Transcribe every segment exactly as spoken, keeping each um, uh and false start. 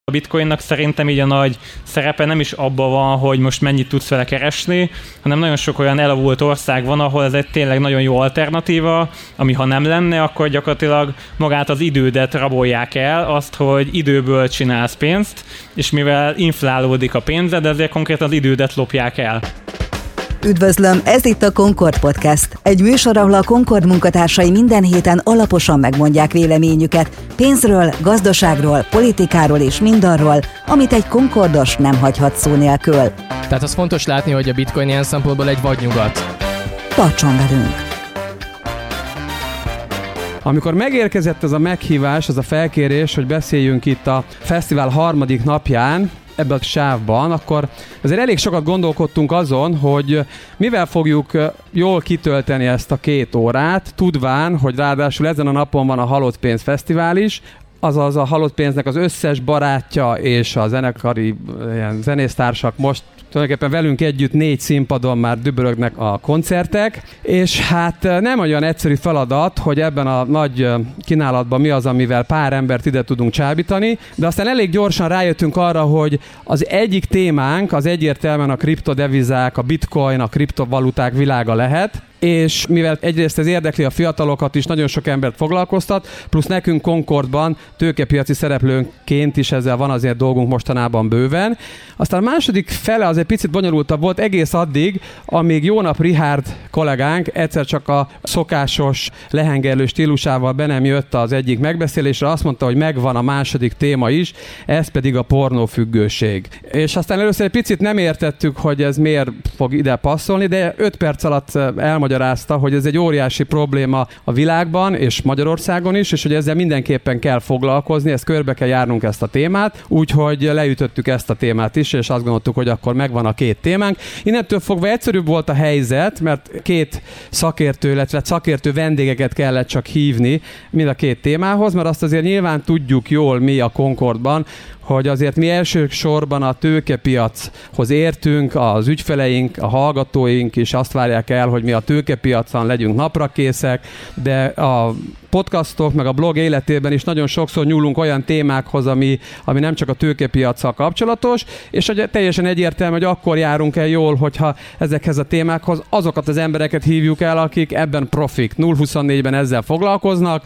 A bitcoinnak szerintem így a nagy szerepe nem is abban van, hogy most mennyit tudsz vele keresni, hanem nagyon sok olyan elavult ország van, ahol ez egy tényleg nagyon jó alternatíva, ami ha nem lenne, akkor gyakorlatilag magát az idődet rabolják el, azt, hogy időből csinálsz pénzt, és mivel inflálódik a pénzed, ezért konkrétan az idődet lopják el. Üdvözlöm, ez itt a Concord Podcast. Egy műsor, ahol a Concord munkatársai minden héten alaposan megmondják véleményüket pénzről, gazdaságról, politikáról és mindarról, amit egy Concordos nem hagyhat szó nélkül. Tehát az fontos látni, hogy a bitcoin ilyen szempontból egy vadnyugat. Tartson velünk! Amikor megérkezett ez a meghívás, ez a felkérés, hogy beszéljünk itt a fesztivál harmadik napján, ebben a sávban, akkor azért elég sokat gondolkodtunk azon, hogy mivel fogjuk jól kitölteni ezt a két órát, tudván, hogy ráadásul ezen a napon van a Halott Pénz Fesztivál is, azaz a Halott Pénznek az összes barátja és a zenekari ilyen zenésztársak most tulajdonképpen velünk együtt négy színpadon már dübörögnek a koncertek, és hát nem olyan egyszerű feladat, hogy ebben a nagy kínálatban mi az, amivel pár embert ide tudunk csábítani, de aztán elég gyorsan rájöttünk arra, hogy az egyik témánk az egyértelműen a kriptodevizák, a bitcoin, a kriptovaluták világa lehet, és mivel egyrészt ez érdekli a fiatalokat is, nagyon sok embert foglalkoztat, plusz nekünk Concordban tőkepiaci szereplőnként is ezzel van azért dolgunk mostanában bőven. Aztán a második fele az egy picit bonyolultabb volt egész addig, amíg Jónap Richárd kollégánk egyszer csak a szokásos lehengerlő stílusával be nem jött az egyik megbeszélésre, azt mondta, hogy megvan a második téma is, ez pedig a pornófüggőség. És aztán először egy picit nem értettük, hogy ez miért fog ide passzolni, de öt perc alatt elmagyarázta, hogy ez egy óriási probléma a világban és Magyarországon is, és hogy ezzel mindenképpen kell foglalkozni, ezt körbe kell járnunk ezt a témát, úgyhogy leütöttük ezt a témát is, és azt gondoltuk, hogy akkor megvan a két témánk. Innentől fogva egyszerűbb volt a helyzet, mert két szakértő, illetve szakértő vendégeket kellett csak hívni mind a két témához, mert azt azért nyilván tudjuk jól mi a Concordban, hogy azért mi elsősorban a tőkepiachoz értünk, az ügyfeleink, a hallgatóink is azt várják el, hogy mi a tőkepiacon legyünk naprakészek, de a podcastok, meg a blog életében is nagyon sokszor nyúlunk olyan témákhoz, ami, ami nem csak a tőkepiacsal kapcsolatos, és hogy teljesen egyértelmű, hogy akkor járunk el jól, hogyha ezekhez a témákhoz azokat az embereket hívjuk el, akik ebben profik, nulla huszonnégyben ezzel foglalkoznak,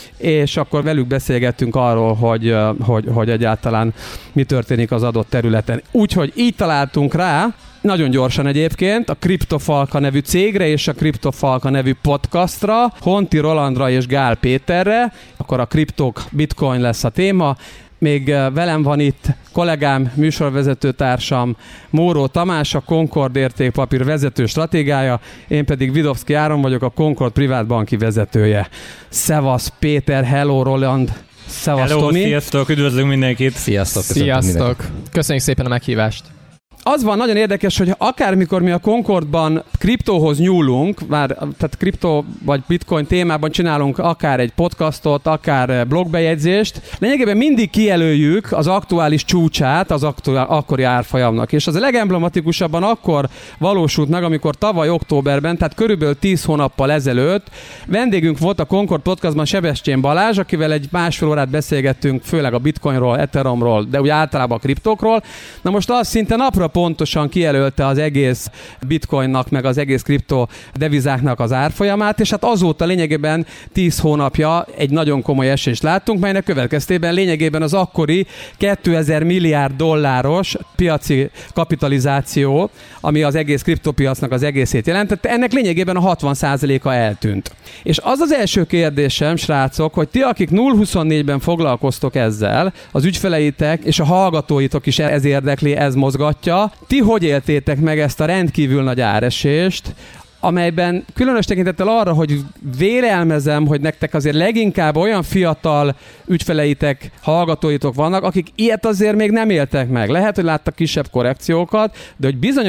és akkor velük beszélgettünk arról, hogy, hogy, hogy egyáltalán mi történik az adott területen. Úgyhogy így találtunk rá, nagyon gyorsan egyébként, a Kriptofalka nevű cégre és a Kriptofalka nevű podcastra, Honti Rolandra és Gál Péterre, akkor a kriptok, bitcoin lesz a téma. Még velem van itt kollégám, műsorvezetőtársam Móró Tamás, a Concord értékpapír vezető stratégája, én pedig Vidovszki Áron vagyok, a Concord privátbanki vezetője. Szevasz Péter, hello Roland, szevasz hello, Tomi. Sziasztok, üdvözlünk mindenkit. Sziasztok. Sziasztok. Köszönjük szépen a meghívást. Az van nagyon érdekes, hogy akármikor mi a Concordban kriptóhoz nyúlunk, már tehát kriptó vagy bitcoin témában csinálunk akár egy podcastot, akár blogbejegyzést, lényegében mindig kijelöljük az aktuális csúcsát az aktuál, akkori árfolyamnak. És az a legemblematikusabban akkor valósult meg, amikor tavaly októberben, tehát körülbelül tíz hónappal ezelőtt vendégünk volt a Concord podcastban Sebestyén Balázs, akivel egy másfél órát beszélgettünk, főleg a bitcoinról, ethereumról, de úgy általában a kriptókról. Na most az szinte napra pontosan kijelölte az egész bitcoinnak, meg az egész kripto devizáknak az árfolyamát, és hát azóta lényegében tíz hónapja egy nagyon komoly esést láttunk, melynek következtében lényegében az akkori kétezer milliárd dolláros piaci kapitalizáció, ami az egész kriptopiacnak az egészét jelentette, ennek lényegében a hatvan százaléka eltűnt. És az az első kérdésem, srácok, hogy ti, akik nulla huszonnégyben foglalkoztok ezzel, az ügyfeleitek és a hallgatóitok is ez érdekli, ez mozgatja, ti hogy éltétek meg ezt a rendkívül nagy áresést, amelyben különös tekintettel arra, hogy vélelmezem, hogy nektek azért leginkább olyan fiatal ügyfeleitek, hallgatóitok vannak, akik ilyet azért még nem éltek meg. Lehet, hogy láttak kisebb korrekciókat, de hogy bizonyos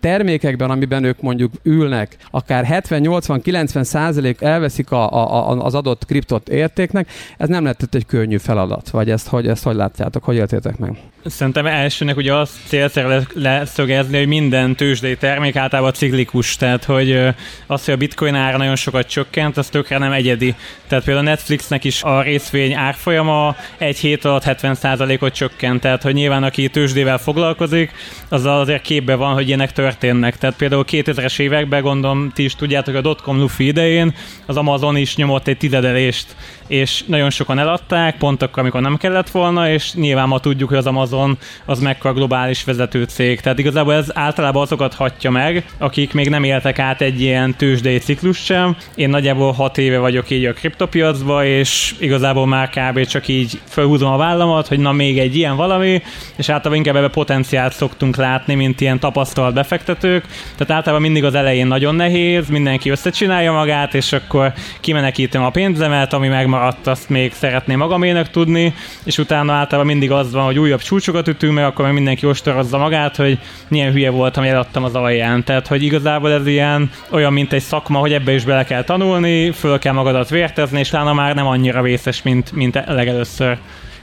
termékekben, amiben ők mondjuk ülnek, akár hetven-nyolcvan-kilencven százalék elveszik a, a, a, az adott kriptot értéknek, ez nem lett egy könnyű feladat. Vagy ezt hogy, ezt hogy látjátok, hogy éltétek meg? Szerintem elsőnek ugye azt célszerű leszögezni, hogy minden tőzsdei termék általában ciklikus, tehát hogy az, hogy a bitcoin ára nagyon sokat csökkent, az tökre nem egyedi. Tehát például a Netflixnek is a részvény árfolyama egy hét alatt hetven százalékot csökkent, tehát hogy nyilván aki tőzsdével foglalkozik, azzal azért képbe van, hogy ilyenek történnek. Tehát például kétezres években, gondolom ti is tudjátok, a dotcom lufi idején az Amazon is nyomott egy tizedelést, és nagyon sokan eladták, pont akkor, amikor nem kellett volna, és nyilván ma tudjuk, hogy az Amazon az mekkora globális vezető cég. Tehát igazából ez általában azokat hatja meg, akik még nem éltek át egy ilyen tőzsdei ciklus sem. Én nagyjából hat éve vagyok így a kriptopiacban, és igazából már kb. Csak így felhúzom a vállamat, hogy na még egy ilyen valami, és általában inkább ebbe potenciált szoktunk látni, mint ilyen tapasztalt befektetők. Tehát általában mindig az elején nagyon nehéz, mindenki összecsinálja magát, és akkor kimenekítem a pénzemet, ami megmaradt, azt még szeretném magaménak tudni, és utána általában mindig az van, hogy újabb csúcsokat ütünk meg, akkor meg mindenki ostorozza magát, hogy milyen hülye voltam, hogy eladtam az alján. Tehát, hogy igazából ez ilyen olyan, mint egy szakma, hogy ebbe is bele kell tanulni, föl kell magadat vértezni, és utána már nem annyira vészes, mint, mint legelőször.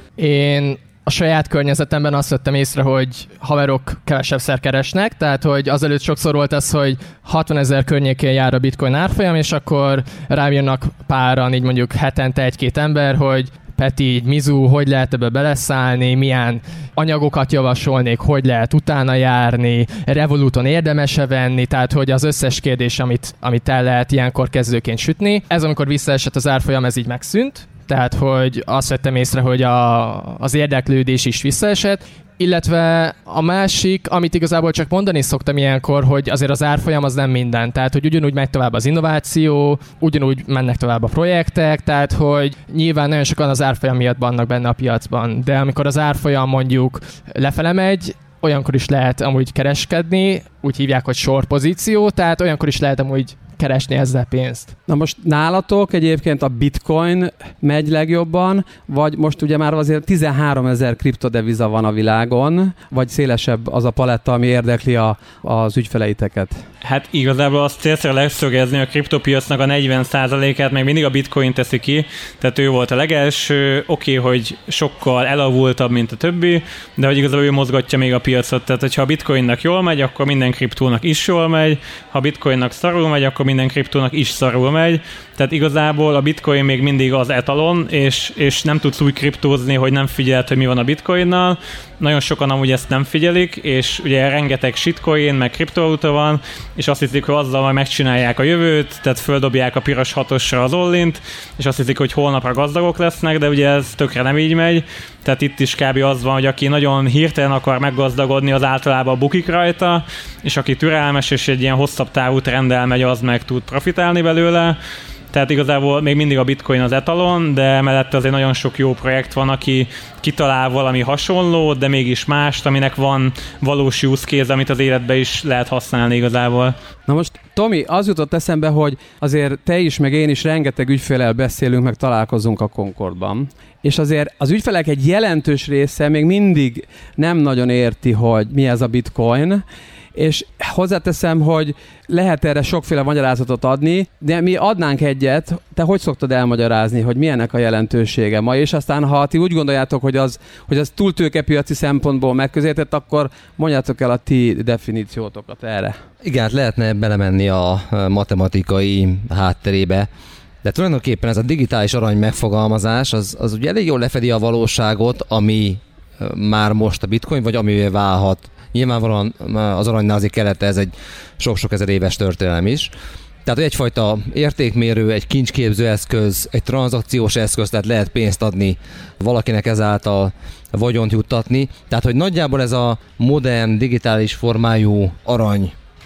Én a saját környezetemben azt vettem észre, hogy haverok kevesebbszer keresnek, tehát hogy azelőtt sokszor volt az, hogy hatvanezer környékén jár a bitcoin árfolyam, és akkor rám jönnek páran, így mondjuk hetente egy-két ember, hogy Peti, így Mizu, hogy lehet ebbe beleszállni, milyen anyagokat javasolnék, hogy lehet utána járni, Revoluton érdemes-e venni, tehát hogy az összes kérdés, amit, amit el lehet ilyenkor kezdőként sütni. Ez amikor visszaesett az árfolyam, ez így megszűnt, tehát hogy azt vettem észre, hogy a, az érdeklődés is visszaesett, illetve a másik, amit igazából csak mondani szoktam ilyenkor, hogy azért az árfolyam az nem minden, tehát hogy ugyanúgy megy tovább az innováció, ugyanúgy mennek tovább a projektek, tehát hogy nyilván nagyon sokan az árfolyam miatt vannak benne a piacban, de amikor az árfolyam mondjuk lefele megy, olyankor is lehet amúgy kereskedni, úgy hívják, hogy short pozíció, tehát olyankor is lehet amúgy keresni ezzel pénzt. Na most nálatok egyébként a bitcoin megy legjobban, vagy most ugye már azért tizenháromezer kriptodeviza van a világon, vagy szélesebb az a paletta, ami érdekli a, az ügyfeleiteket? Hát igazából azt célszerű leszögezni, a kriptopiacnak a negyven százalékát még mindig a bitcoin teszi ki, tehát ő volt a legelső, oké, okay, hogy sokkal elavultabb, mint a többi, de hogy igazából ő mozgatja még a piacot, tehát hogyha a bitcoinnak jól megy, akkor minden kriptónak is jól megy, ha a bitcoinnak szarul megy, akkor minden kriptónak is szarul megy, tehát igazából a bitcoin még mindig az etalon, és, és nem tudsz úgy kriptózni, hogy nem figyeld, hogy mi van a bitcoinnal. Nagyon sokan amúgy ezt nem figyelik, és ugye rengeteg shitcoin, meg kriptovaluta van, és azt hiszik, hogy azzal majd megcsinálják a jövőt, tehát földobják a piros hatosra az all-int, és azt hiszik, hogy holnapra gazdagok lesznek, de ugye ez tökre nem így megy. Tehát itt is kb. Az van, hogy aki nagyon hirtelen akar meggazdagodni, az általában bukik rajta, és aki türelmes és egy ilyen hosszabb távú trenddel megy, az meg tud profitálni belőle. Tehát igazából még mindig a bitcoin az etalon, de mellette azért nagyon sok jó projekt van, aki kitalál valami hasonlót, de mégis mást, aminek van valós use case, amit az életben is lehet használni igazából. Na most, Tomi, az jutott eszembe, hogy azért te is, meg én is rengeteg ügyféllel beszélünk, meg találkozunk a Concordban. És azért az ügyfelek egy jelentős része még mindig nem nagyon érti, hogy mi ez a bitcoin, és hozzáteszem, hogy lehet erre sokféle magyarázatot adni, de mi adnánk egyet. Te hogy szoktad elmagyarázni, hogy milyennek a jelentősége ma, és aztán ha ti úgy gondoljátok, hogy az, hogy az túl tőkepiaci szempontból megközelített, akkor mondjátok el a ti definíciótokat erre. Igen, hát lehetne belemenni a matematikai hátterébe, de tulajdonképpen ez a digitális arany megfogalmazás, az, az ugye elég jól lefedi a valóságot, ami már most a bitcoin, vagy amivé válhat. Nyilvánvalóan az aranynál azért kelete, ez egy sok-sok ezer éves történelem is. Tehát egyfajta értékmérő, egy kincsképző eszköz, egy tranzakciós eszköz, tehát lehet pénzt adni valakinek ezáltal vagyont juttatni. Tehát, hogy nagyjából ez a modern, digitális formájú arany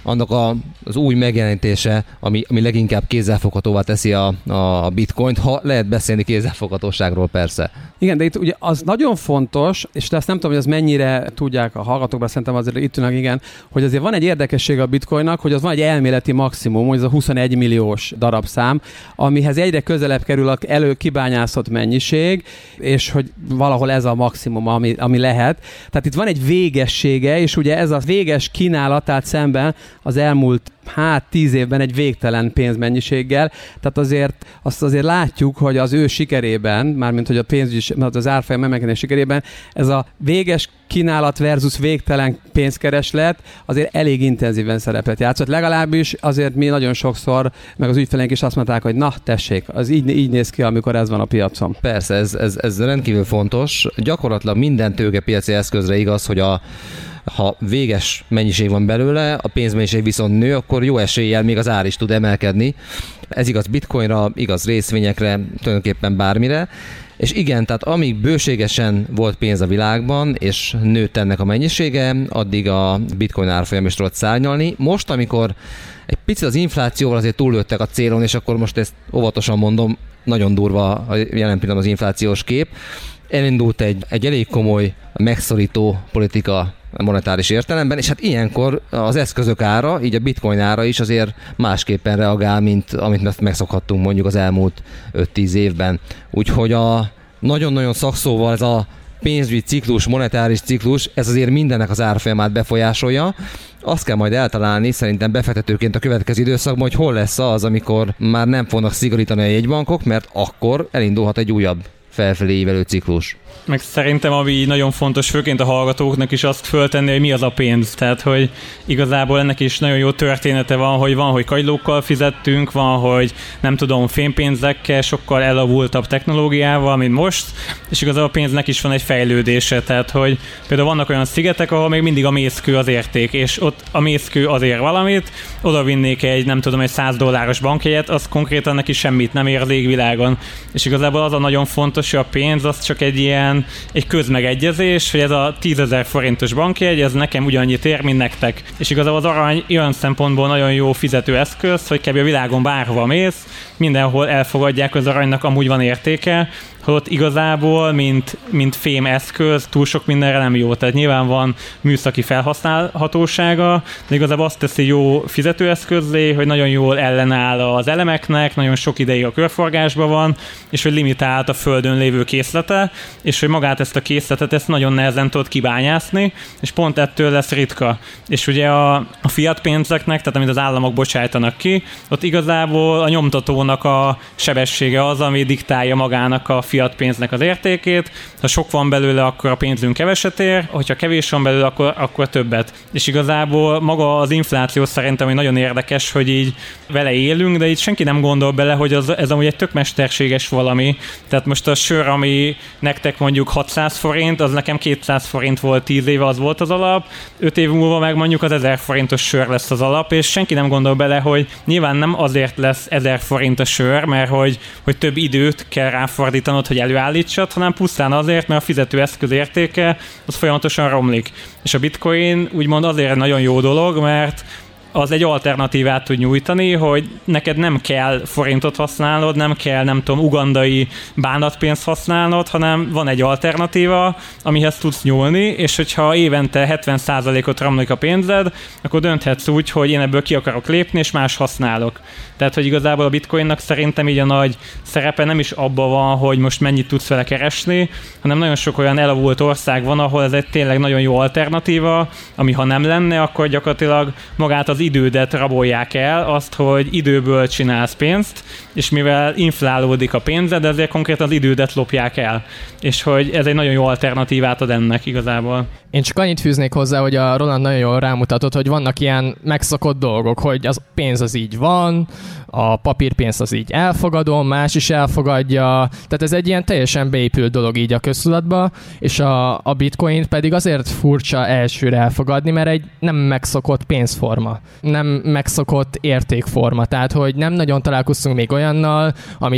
annak a, az új megjelenítése, ami, ami leginkább kézzelfoghatóvá teszi a, a bitcoint, ha lehet beszélni kézzelfoghatóságról persze. Igen, de itt ugye az nagyon fontos, és ezt nem tudom, hogy az mennyire tudják a hallgatókban, szerintem azért itt ülnek, igen, hogy azért van egy érdekessége a bitcoinnak, hogy az van egy elméleti maximum, hogy ez a huszonegy milliós darabszám, amihez egyre közelebb kerül a elő kibányászott mennyiség, és hogy valahol ez a maximum, ami, ami lehet. Tehát itt van egy végessége, és ugye ez a véges kínálatát szemben az elmúlt hát tíz évben egy végtelen pénzmennyiséggel, tehát azért azt azért látjuk, hogy az ő sikerében, mármint hogy a pénzügyi, az árfolyam emelkedés sikerében, ez a véges kínálat versus végtelen pénzkereslet azért elég intenzíven szerepet játszott. Legalábbis azért mi nagyon sokszor, meg az ügyfeleink is azt mondták, hogy na tessék, az így, így néz ki, amikor ez van a piacon. Persze, ez, ez, ez rendkívül fontos. Gyakorlatilag minden tőkepiaci eszközre igaz, hogy a ha véges mennyiség van belőle, a pénzmennyiség viszont nő, akkor jó eséllyel még az ár is tud emelkedni. Ez igaz bitcoinra, igaz részvényekre, tulajdonképpen bármire. És igen, tehát amíg bőségesen volt pénz a világban, és nőtt ennek a mennyisége, addig a bitcoin árfolyam is tudott szárnyalni. Most, amikor egy picit az inflációval azért túllőttek a célon, és akkor most ezt óvatosan mondom, nagyon durva a jelen pillanatban az inflációs kép, elindult egy, egy elég komoly megszorító politika monetáris értelemben, és hát ilyenkor az eszközök ára, így a bitcoin ára is azért másképpen reagál, mint amit megszokhattunk mondjuk az elmúlt öt-tíz évben. Úgyhogy a nagyon-nagyon szakszóval ez a pénzügyi ciklus, monetáris ciklus, ez azért mindennek az árfolyamát befolyásolja. Azt kell majd eltalálni szerintem befektetőként a következő időszakban, hogy hol lesz az, amikor már nem fognak szigorítani a jegybankok, mert akkor elindulhat egy újabb felfelé ívelő ciklus. Meg szerintem, ami nagyon fontos, főként a hallgatóknak is azt föltenni, hogy mi az a pénz. Tehát, hogy igazából ennek is nagyon jó története van, hogy van, hogy kagylókkal fizettünk, van, hogy nem tudom, fémpénzekkel, sokkal elavultabb technológiával, mint most, és igazából a pénznek is van egy fejlődése. Tehát, hogy például vannak olyan szigetek, ahol még mindig a mészkő az érték, és ott a mészkő azért valamit, oda vinnék egy, nem tudom, egy száz dolláros bankjegyet, az konkrétan neki semmit nem ér az égvilágon. És igazából az a nagyon fontos, hogy a pénz az csak egy ilyen egy közmegegyezés, hogy ez a tízezer forintos bankjegy, ez nekem ugyannyit ér, mint nektek. És igazából az arany olyan szempontból nagyon jó fizetőeszköz, hogy kb. A világon bárhova mész, mindenhol elfogadják, hogy az aranynak amúgy van értéke, holott igazából, mint, mint fém eszköz, túl sok mindenre nem jó. Tehát nyilván van műszaki felhasználhatósága, de igazából azt teszi jó fizetőeszközzé, hogy nagyon jól ellenáll az elemeknek, nagyon sok ideig a körforgásban van, és hogy limitált a földön lévő készlete, és hogy magát ezt a készletet ezt nagyon nehezen tudod kibányászni, és pont ettől lesz ritka. És ugye a, a fiat pénzeknek, tehát amit az államok bocsájtanak ki, ott igazából a nyomtatónak a sebessége az, ami diktálja magának a fiat pénznek az értékét. Ha sok van belőle, akkor a pénzünk keveset ér, hogyha kevés van belőle, akkor, akkor többet. És igazából maga az infláció szerintem hogy nagyon érdekes, hogy így vele élünk, de így senki nem gondol bele, hogy az, ez amúgy egy tök mesterséges valami. Tehát most a sör, ami nektek mondjuk hatszáz forint, az nekem kétszáz forint volt tíz éve, az volt az alap, öt év múlva meg mondjuk az ezer forintos sör lesz az alap, és senki nem gondol bele, hogy nyilván nem azért lesz ezer forint a sör, mert hogy, hogy több időt kell ráfordítanod, hogy előállítsad, hanem pusztán azért, mert a fizetőeszköz értéke az folyamatosan romlik. És a bitcoin úgymond azért nagyon jó dolog, mert az egy alternatívát tud nyújtani, hogy neked nem kell forintot használnod, nem kell, nem tudom, ugandai bánatpénzt használnod, hanem van egy alternatíva, amihez tudsz nyúlni, és hogyha évente hetven százalékot romlik a pénzed, akkor dönthetsz úgy, hogy én ebből ki akarok lépni, és más használok. Tehát, hogy igazából a bitcoinnak szerintem így a nagy szerepe nem is abban van, hogy most mennyit tudsz vele keresni, hanem nagyon sok olyan elavult ország van, ahol ez egy tényleg nagyon jó alternatíva, ami ha nem lenne, akkor gyakorlatilag magát az idődet rabolják el, azt, hogy időből csinálsz pénzt, és mivel inflálódik a pénzed, ezért konkrétan az idődet lopják el. És hogy ez egy nagyon jó alternatívát ad ennek igazából. Én csak annyit fűznék hozzá, hogy a Roland nagyon jól rámutatott, hogy vannak ilyen megszokott dolgok, hogy az pénz az így van, a papírpénz az így elfogadom, más is elfogadja, tehát ez egy ilyen teljesen beépült dolog így a köztudatba, és a, a bitcoin pedig azért furcsa elsőre elfogadni, mert egy nem megszokott pénzforma, nem megszokott értékforma, tehát hogy nem nagyon találkoztunk még olyannal, amit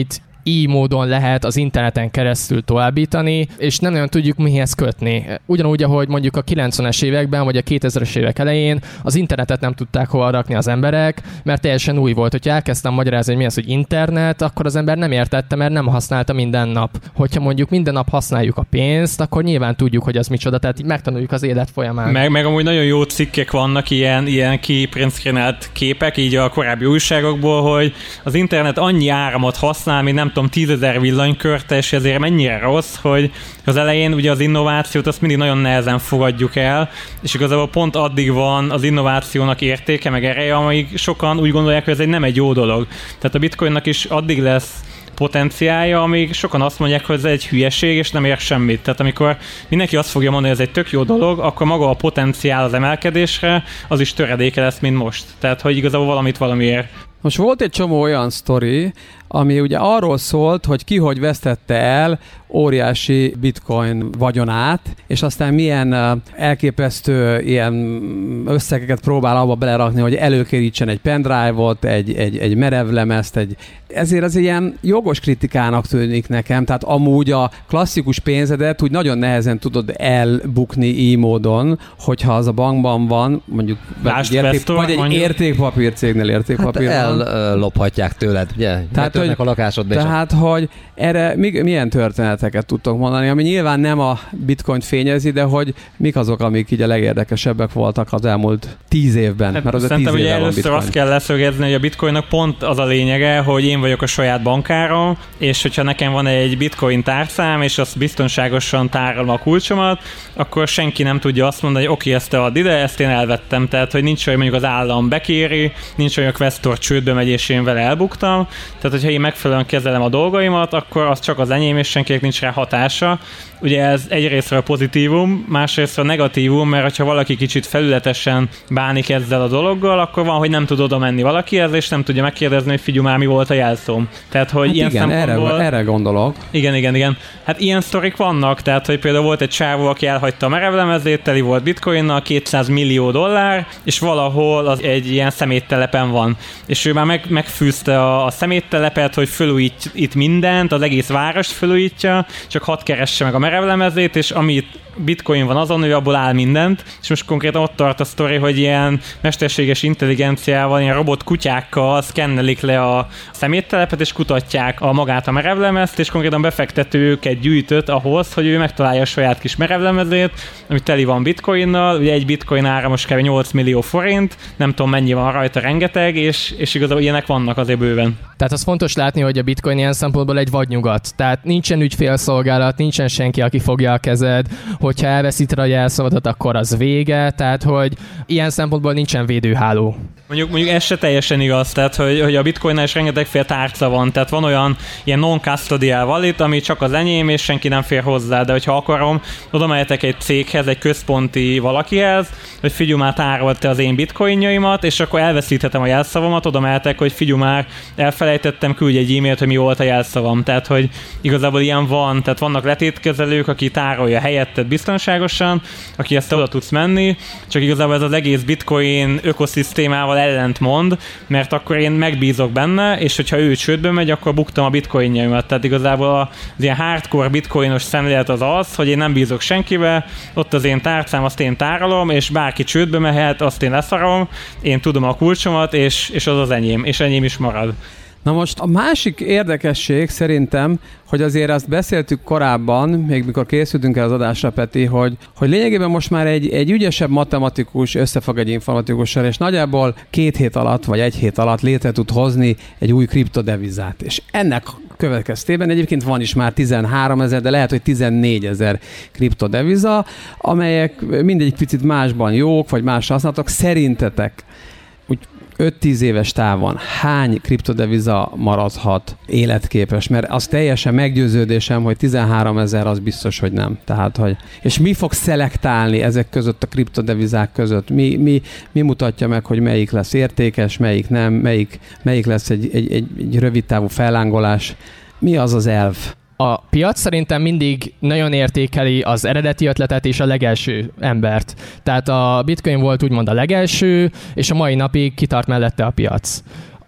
így módon lehet az interneten keresztül továbbítani, és nem nagyon tudjuk mihez kötni. Ugyanúgy, ahogy mondjuk a kilencvenes években, vagy a kétezres évek elején az internetet nem tudták hova rakni az emberek, mert teljesen új volt. Hogyha elkezdtem magyarázni, hogy mi az, hogy internet, akkor az ember nem értette, mert nem használta minden nap. Hogyha mondjuk minden nap használjuk a pénzt, akkor nyilván tudjuk, hogy az micsoda, tehát így megtanuljuk az élet folyamán. Meg, meg amúgy nagyon jó cikkek vannak, ilyen, ilyen kiprint-screenelt képek, így a korábbi újságokból, hogy az internet annyi áramot használ, mint nem tudom, tízezer villanykörte, és ezért mennyire rossz, hogy az elején ugye az innovációt azt mindig nagyon nehezen fogadjuk el, és igazából pont addig van az innovációnak értéke, meg ereje, amíg sokan úgy gondolják, hogy ez egy nem egy jó dolog. Tehát a bitcoinnak is addig lesz potenciálja, amíg sokan azt mondják, hogy ez egy hülyeség, és nem ér semmit. Tehát amikor mindenki azt fogja mondani, hogy ez egy tök jó dolog, akkor maga a potenciál az emelkedésre, az is töredéke lesz, mint most. Tehát, hogy igazából valamit valamiért. Most volt egy csomó olyan sztori, ami ugye arról szólt, hogy ki hogy vesztette el óriási bitcoin vagyonát, és aztán milyen elképesztő ilyen összegeket próbál abba belerakni, hogy előkerítsen egy pendrive-ot, egy, egy, egy merevlemezt, egy... ezért az ilyen jogos kritikának tűnik nekem, tehát amúgy a klasszikus pénzedet úgy nagyon nehezen tudod elbukni így módon, hogyha az a bankban van, mondjuk Lásd érték, Vestor, vagy egy mondjuk. értékpapírcégnél értékpapír hát van. ellophatják tőled, ugye? Tehát, hogy, a lakásodba tehát hogy erre mi, milyen történeteket tudtok mondani, ami nyilván nem a bitcoint fényezi, de hogy mik azok, amik így a legérdekesebbek voltak az elmúlt tíz évben, hát mert az a tíz szerintem ugye éve van először bitcoin. azt kell leszögezni, hogy a bitcoinnak pont az a lényege, hogy én vagyok a saját bankárom, és hogyha nekem van egy bitcoin tárcám, és azt biztonságosan tárolom a kulcsomat, akkor senki nem tudja azt mondani, hogy oké, ezt te add ide, ezt én elvettem. Tehát, hogy nincs olyan, mondjuk az állam bekéri, nincs olyan, Questor csődbe megy, és én vele elbuktam. Tehát, hogyha én megfelelően kezelem a dolgaimat, akkor az csak az enyém, és senkinek nincs rá hatása. Ugye ez egyrésztről pozitívum, másrésztről negatívum, mert ha valaki kicsit felületesen bánik ezzel a dologgal, akkor van, hogy nem tud oda menni valakihez, és nem tudja megkérdezni, hogy figyelj már, mi volt a jelszóm. Tehát, hogy hát ilyen igen, szempontból... erre, erre gondolok. Igen, igen, igen. Hát ilyen sztorik vannak, tehát, hogy például volt egy csávó, aki elhagyta a merevlemezét, teli volt bitcoinnal, kétszáz millió dollár, és valahol az egy ilyen szeméttelepen van. És ő már meg, megfűzte a, a szeméttelepet, hogy fölújít itt mindent, az egész várost fölújítja, csak hadd keresse meg a merevlemezét, és amit bitcoin van azon, hogy abból áll mindent, és most konkrétan ott tart a sztori, hogy ilyen mesterséges intelligenciával, ilyen robot kutyákkal szkennelik le a szeméttelepet, és kutatják a magát a merevlemezt, és konkrétan befektetőket gyűjtött ahhoz, hogy ő megtalálja a saját kis merevlemezét, ami teli van bitcoinnal, ugye egy bitcoin ára most kb. nyolc millió forint, nem tudom mennyi van rajta, rengeteg, és, és igazából ilyenek vannak azért bőven. Tehát az fontos látni, hogy a bitcoin ilyen szempontból egy vadnyugat. Tehát nincsen ügyfélszolgálat, nincsen senki, aki fogja a kezed, hogyha elveszíted a jelszavadat, akkor az vége, tehát hogy ilyen szempontból nincsen védőháló. Mondjuk, mondjuk ez se teljesen igaz, tehát hogy, hogy a bitcoinnál is rengetegféle tárca van, tehát van olyan ilyen non-custodial wallet, ami csak az enyém, és senki nem fér hozzá, de hogyha akarom, oda mehetek egy céghez, egy központi valakihez, hogy figyelj már, tárolt te az én bitcoinjaimat, és akkor elveszíthetem a jelszavamat, oda mehetek, hogy figyelj már, elfelejtettem, küldj egy e-mailt, hogy mi volt a jelszavam. Tehát, hogy igazából ilyen van, tehát vannak letétkezelők, aki tárolja helyetted biztonságosan, aki ezt oda tudsz menni, csak igazából ez az egész bitcoin ökoszisztémával ellentmond, mert akkor én megbízok benne, és hogyha ő csődbe megy, akkor buktam a bitcoinjaimat. Tehát igazából az ilyen hardcore bitcoinos szemlélet az az, hogy én nem bízok senkibe, ott az én tárcám, azt én tárolom, és bárki csődbe mehet, azt én leszarom, én tudom a kulcsomat, és, és az az enyém, és enyém is marad. Na most a másik érdekesség szerintem, hogy azért azt beszéltük korábban, még mikor készültünk el az adásra, Peti, hogy, hogy lényegében most már egy, egy ügyesebb matematikus összefog egy informatikussal, és nagyjából két hét alatt, vagy egy hét alatt létre tud hozni egy új kriptodevizát. És ennek következtében egyébként van is már tizenháromezer, de lehet, hogy tizennégyezer kriptodeviza, amelyek mindegyik picit másban jók, vagy más használatok. Szerintetek úgy öt-tíz éves távon hány kriptodeviza maradhat életképes? Mert az teljesen meggyőződésem, hogy tizenháromezer az biztos, hogy nem. Tehát, hogy, és mi fog szelektálni ezek között a kriptodevizák között? Mi, mi, mi mutatja meg, hogy melyik lesz értékes, melyik nem, melyik, melyik lesz egy, egy, egy, egy rövid távú fellángolás? Mi az az elv? A piac szerintem mindig nagyon értékeli az eredeti ötletet és a legelső embert. Tehát a bitcoin volt úgymond a legelső, és a mai napig kitart mellette a piac.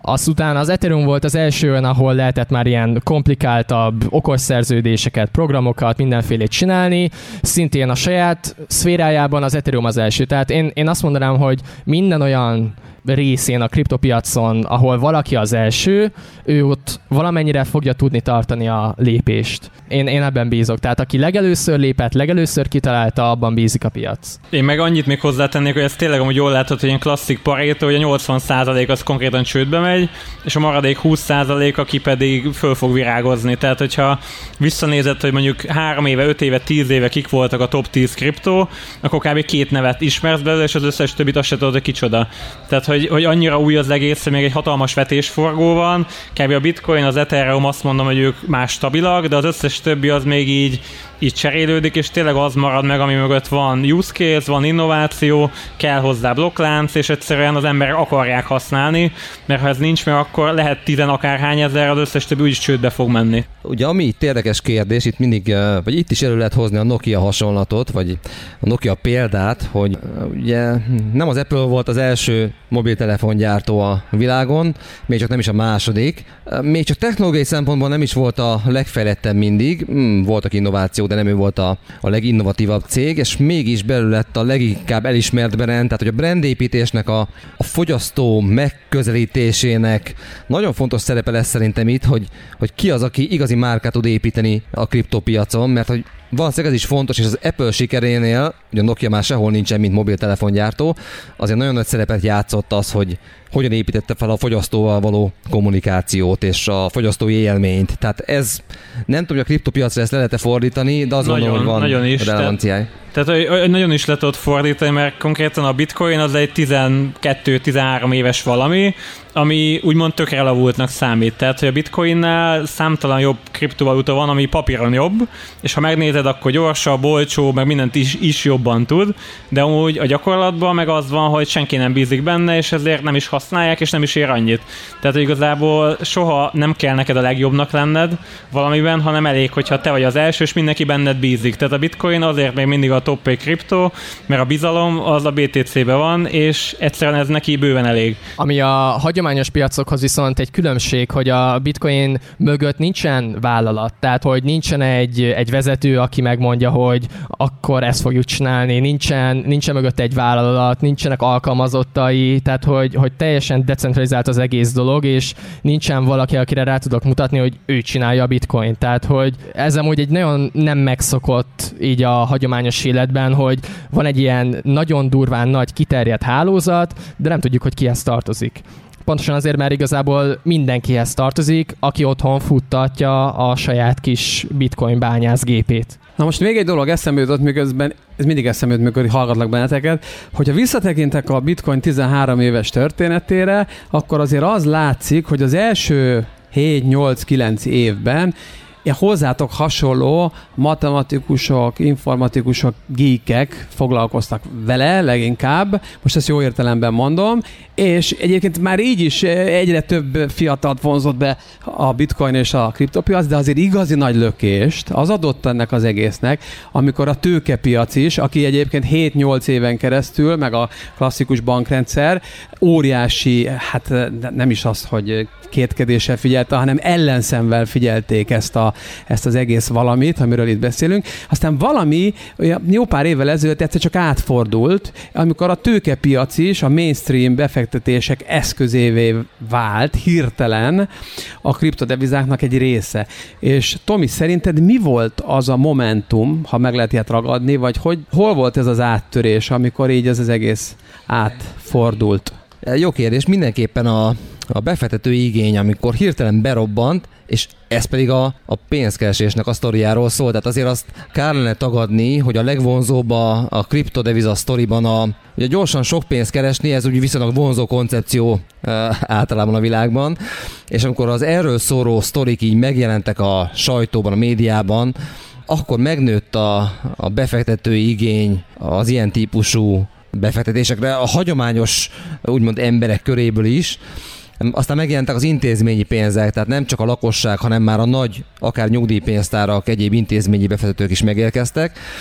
Azután az Ethereum volt az első olyan, ahol lehetett már ilyen komplikáltabb okos szerződéseket, programokat, mindenfélét csinálni. Szintén a saját szférájában az Ethereum az első. Tehát én, én azt mondanám, hogy minden olyan részén a kriptopiacon, ahol valaki az első, ő ott valamennyire fogja tudni tartani a lépést. Én, én ebben bízok. Tehát aki legelőször lépett, legelőször kitalálta, abban bízik a piac. Én meg annyit még hozzátennék, hogy ez tényleg amúgy jól látod, hogy ilyen klasszik Pareto, hogy a nyolcvan százalék az konkrétan csődbe megy, és a maradék húsz százalék, aki pedig föl fog virágozni. Tehát, hogyha visszanézed, hogy mondjuk három éve, öt éve, tíz éve kik voltak a top tíz kriptó, akkor kb. Két nevet ismersz belőle, és az összes többit azt se tudod, hogy kicsoda. Tehát, hogy, hogy annyira új az egész, hogy még egy hatalmas vetésforgó van, kb. A Bitcoin, az Ethereum azt mondom, hogy ők már stabilak, de az összes többi az még így, így cserélődik, és tényleg az marad meg, ami mögött van use case, van innováció, kell hozzá blokklánc, és egyszerűen az emberek akarják használni, mert ha ez nincs meg, akkor lehet tizen akárhány ezer, az összes többi úgyis csődbe fog menni. Ugye ami itt érdekes kérdés, itt mindig, vagy itt is elő lehet hozni a Nokia hasonlatot, vagy a Nokia példát, hogy ugye nem az Apple volt az első mobiltelefongyártó a világon, még csak nem is a második, még csak technológiai szempontból nem is volt a legfejlettebb mindig, hmm, voltak innovációk, de nem ő volt a, a leginnovatívabb cég, és mégis belül lett a leginkább elismert brand, tehát hogy a brandépítésnek, a, a fogyasztó megközelítésének nagyon fontos szerepe lesz szerintem itt, hogy, hogy ki az, aki igazi márkát tud építeni a kriptopiacon, mert hogy valószínűleg ez is fontos, és az Apple sikerénél, ugye a Nokia már sehol nincsen, mint mobiltelefongyártó, azért nagyon nagy szerepet játszott az, hogy hogyan építette fel a fogyasztóval való kommunikációt és a fogyasztói élményt. Tehát ez, nem tudom, hogy a kriptopiacra ezt le lehet fordítani, de azt gondolom, hogy van nagyon is, relevanciája. Tehát, hogy nagyon is le tudod fordítani, mert konkrétan a Bitcoin az egy tizenkettő-tizenhárom éves valami, ami úgymond tökre elavultnak számít. Tehát, hogy a Bitcoinnál számtalan jobb kriptovaluta van, ami papíron jobb, és ha megnézed, akkor gyorsabb, olcsó, meg mindent is, is jobban tud, de amúgy a gyakorlatban meg az van, hogy senki nem bízik benne, és ezért nem is használják, és nem is ér annyit. Tehát, hogy igazából soha nem kell neked a legjobbnak lenned valamiben, hanem elég, hogyha te vagy az első, és mindenki benned bízik. Tehát a Bitcoin azért még mindig a top kriptó, mert a bizalom az a bé té cé-ben van, és egyszerűen ez neki bőven elég. Ami a hagyományos piacokhoz viszont egy különbség, hogy a Bitcoin mögött nincsen vállalat, tehát hogy nincsen egy, egy vezető, aki megmondja, hogy akkor ezt fogjuk csinálni, nincsen, nincsen mögött egy vállalat, nincsenek alkalmazottai, tehát hogy, hogy teljesen decentralizált az egész dolog, és nincsen valaki, akire rá tudok mutatni, hogy ő csinálja a Bitcoin. Tehát, hogy ez amúgy egy nagyon nem megszokott így a hagyományos életben, hogy van egy ilyen nagyon durván nagy kiterjedt hálózat, de nem tudjuk, hogy kihez tartozik. Pontosan azért, mert igazából mindenkihez tartozik, aki otthon futtatja a saját kis Bitcoin bányászgépét. Na most még egy dolog eszembe jutott, miközben ez mindig eszembe jut, mikor hallgatlak benneteket, hogyha visszatekintek a Bitcoin tizenhárom éves történetére, akkor azért az látszik, hogy az első hét-nyolc-kilenc évben hozzátok hasonló matematikusok, informatikusok, geekek foglalkoztak vele leginkább, most ezt jó értelemben mondom, és egyébként már így is egyre több fiatalt vonzott be a Bitcoin és a kriptopiac, de azért igazi nagy lökést az adott ennek az egésznek, amikor a tőkepiac is, aki egyébként hét-nyolc éven keresztül, meg a klasszikus bankrendszer óriási, hát nem is az, hogy kétkedéssel figyelte, hanem ellenszemvel figyelték ezt, a, ezt az egész valamit, amiről itt beszélünk. Aztán valami jó pár évvel ezelőtt egyszer csak átfordult, amikor a tőkepiac is a mainstream befektetések eszközévé vált hirtelen a kriptodevizáknak egy része. És Tomi, szerinted mi volt az a momentum, ha meg lehet ilyet ragadni, vagy hogy, hol volt ez az áttörés, amikor így ez az egész átfordult? Jó kérdés, mindenképpen a, a befektetői igény, amikor hirtelen berobbant, és ez pedig a, a pénzkeresésnek a sztoriáról szól. Tehát azért azt kár lenne tagadni, hogy a legvonzóbb a, a kriptodeviza sztoriban a, ugye gyorsan sok pénzt keresni, ez úgy viszonylag vonzó koncepció e, általában a világban, és amikor az erről szóló sztorik így megjelentek a sajtóban, a médiában, akkor megnőtt a, a befektetői igény az ilyen típusú befektetésekre, a hagyományos úgymond emberek köréből is. Aztán megjelentek az intézményi pénzek, tehát nem csak a lakosság, hanem már a nagy, akár nyugdíjpénztárak, egyéb intézményi befektetők is megérkeztek.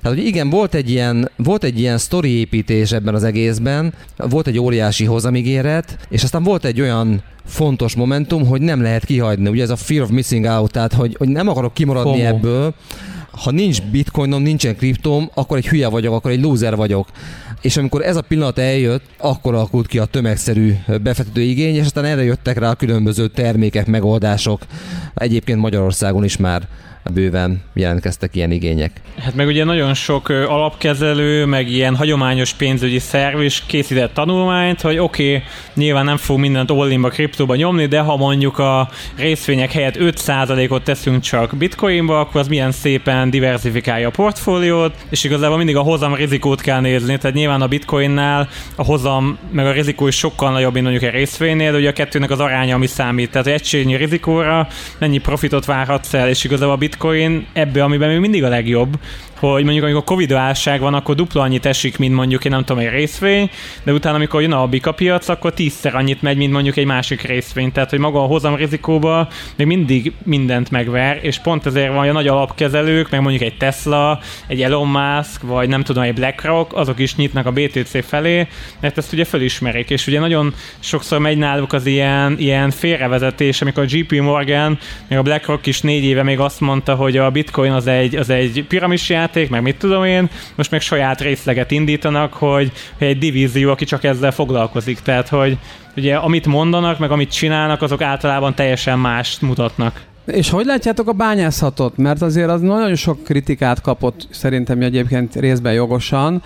Tehát, hogy igen, volt egy ilyen, volt egy ilyen sztoriépítés ebben az egészben, volt egy óriási hozamígéret, és aztán volt egy olyan fontos momentum, hogy nem lehet kihagyni. Ugye ez a fear of missing out, tehát hogy, hogy nem akarok kimaradni Fomo. ebből. Ha nincs bitcoinom, nincsen kriptóm, akkor egy hülye vagyok, akkor egy loser vagyok. És amikor ez a pillanat eljött, akkor alakult ki a tömegszerű befektető igény, és aztán erre jöttek rá a különböző termékek, megoldások. Egyébként Magyarországon is már bőven jelentkeztek ilyen igények. Hát meg ugye nagyon sok alapkezelő, meg ilyen hagyományos pénzügyi szerv is készített tanulmányt, hogy oké, okay, nyilván nem fog mindent all-inba, kriptóba nyomni, de ha mondjuk a részvények helyett öt százalékot teszünk csak bitcoinba, akkor az milyen szépen diversifikálja a portfóliót, és igazából mindig a hozam rizikót kell nézni, tehát nyilván a bitcoinnál a hozam meg a rizikó is sokkal nagyobb, mint mondjuk a részvénynél, de ugye a kettőnek az aránya, ami számít, tehát egységnyi rizikóra mennyi profitot várhatsz el, és igazából a bitcoin ebbe, amiben még mindig a legjobb, hogy mondjuk amikor Covid válság van, akkor dupla annyit esik, mint mondjuk én nem tudom, egy részvény, de utána amikor jön a bika piac, akkor tízszer annyit megy, mint mondjuk egy másik részvény. Tehát, hogy maga a hozam rizikóba még mindig mindent megver, és pont ezért van, hogy a nagy alapkezelők, meg mondjuk egy Tesla, egy Elon Musk, vagy nem tudom, egy BlackRock, azok is nyitnak a bé té cé felé, mert ezt ugye felismerik, és ugye nagyon sokszor megy náluk az ilyen, ilyen félrevezetés, amikor a gé pé Morgan, meg a BlackRock is négy éve még azt mondta, hogy a bitcoin az egy, az egy piramisjáték, meg mit tudom én, most meg saját részleget indítanak, hogy, hogy egy divízió, aki csak ezzel foglalkozik. Tehát, hogy ugye amit mondanak, meg amit csinálnak, azok általában teljesen mást mutatnak. És hogy látjátok a bányászatot? Mert azért az nagyon sok kritikát kapott, szerintem egyébként részben jogosan,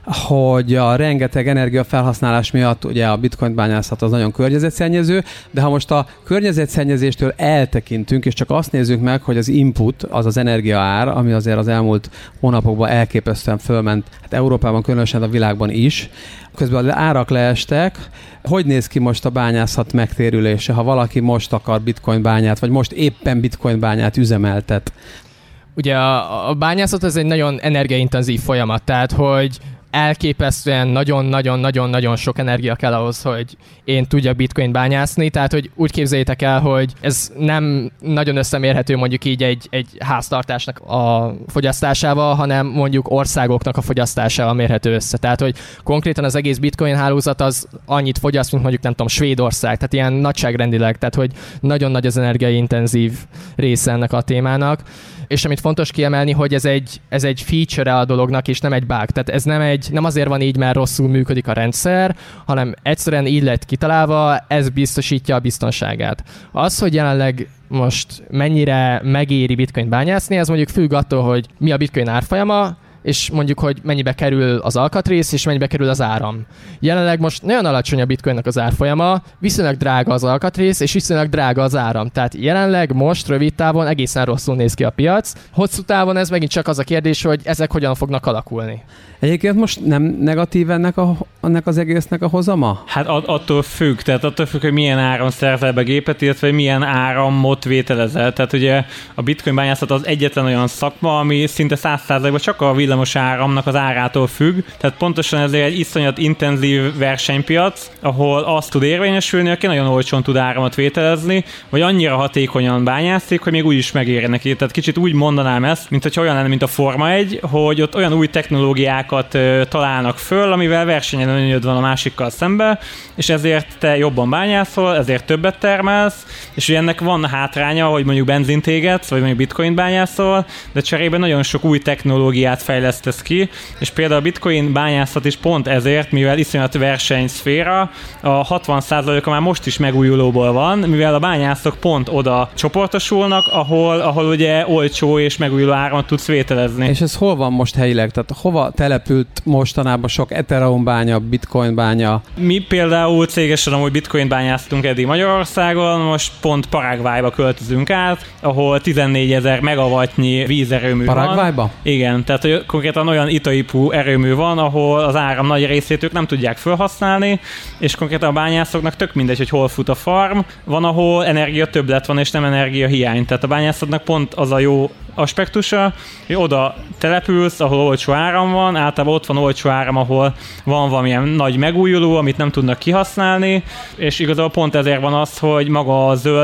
hogy a rengeteg energiafelhasználás miatt ugye a bitcoin bányászat az nagyon környezetszennyező, de ha most a környezetszennyezéstől eltekintünk, és csak azt nézzük meg, hogy az input, az az energiaár, ami azért az elmúlt hónapokban elképesztően fölment, hát Európában, különösen a világban is, közben az árak leestek. Hogy néz ki most a bányászat megtérülése, ha valaki most akar bitcoin bányát, vagy most éppen bitcoin bányát üzemeltet? Ugye a, a bányászat az egy nagyon energiaintenzív folyamat, tehát hogy elképesztően nagyon-nagyon-nagyon-nagyon sok energia kell ahhoz, hogy én tudjak bitcoin bányászni, tehát hogy úgy képzeljétek el, hogy ez nem nagyon összemérhető mondjuk így egy, egy háztartásnak a fogyasztásával, hanem mondjuk országoknak a fogyasztásával mérhető össze. Tehát, hogy konkrétan az egész bitcoin hálózat az annyit fogyaszt, mint mondjuk nem tudom, Svédország, tehát ilyen nagyságrendileg, tehát hogy nagyon nagy az energiaintenzív része ennek a témának. És amit fontos kiemelni, hogy ez egy, ez egy feature a dolognak, és nem egy bug. Tehát ez nem, egy, nem azért van így, mert rosszul működik a rendszer, hanem egyszerűen így lett kitalálva, ez biztosítja a biztonságát. Az, hogy jelenleg most mennyire megéri bitcoin bányászni, ez mondjuk függ attól, hogy mi a bitcoin árfolyama, és mondjuk, hogy mennyibe kerül az alkatrész, és mennyibe kerül az áram. Jelenleg most nagyon alacsony a bitcoinnak az árfolyama, viszonylag drága az alkatrész, és viszonylag drága az áram. Tehát jelenleg most rövid távon egészen rosszul néz ki a piac. Hosszú távon ez megint csak az a kérdés, hogy ezek hogyan fognak alakulni. Egyébként most nem negatív ennek, a, ennek az egésznek a hozama? Hát attól függ, tehát attól függ, hogy milyen áram szerzel be gépet, illetve milyen áramot vételezel. Tehát ugye a bitcoin bányászat az egyetlen olyan szakma, ami szinte száz százalékban csak a villamos áramnak az árától függ. Tehát pontosan ezért egy iszonyat intenzív versenypiac, ahol azt tud érvényesülni, aki nagyon olcsón tud áramot vételezni, vagy annyira hatékonyan bányászik, hogy még úgy is megéri neki. Tehát kicsit úgy mondanám ezt, mint hogy olyan lenne, mint a Forma egy, hogy ott olyan új technológiák találnak föl, amivel versenyelőnyöd van a másikkal szembe, és ezért te jobban bányászol, ezért többet termelsz, és ugye ennek van hátránya, hogy mondjuk benzint égetsz, vagy mondjuk bitcoin bányászol, de cserében nagyon sok új technológiát fejlesztesz ki, és például a bitcoin bányászat is pont ezért, mivel iszonyat versenyszféra, a hatvan százaléka már most is megújulóból van, mivel a bányászok pont oda csoportosulnak, ahol, ahol ugye olcsó és megújuló áramot tudsz vételezni. És ez hol van most helyileg? Tehát hova tele települt mostanában sok Ethereum bánya, bitcoin bánya? Mi például cégesen amúgy bitcoin bányáztunk eddig Magyarországon, most pont Paraguayba költözünk át, ahol tizennégyezer megawattnyi vízerőmű van. Paraguayba? Igen, tehát hogy konkrétan olyan Itaipu erőmű van, ahol az áram nagy részét ők nem tudják felhasználni, és konkrétan a bányászoknak tök mindegy, hogy hol fut a farm, van, ahol energia többlet van, és nem energia hiány. Tehát a bányászatnak pont az a jó aspektusa, hogy oda települsz, ahol olcsó áram van, általában ott van olcsó áram, ahol van valamilyen nagy megújuló, amit nem tudnak kihasználni, és igazából pont ezért van az, hogy maga a zöld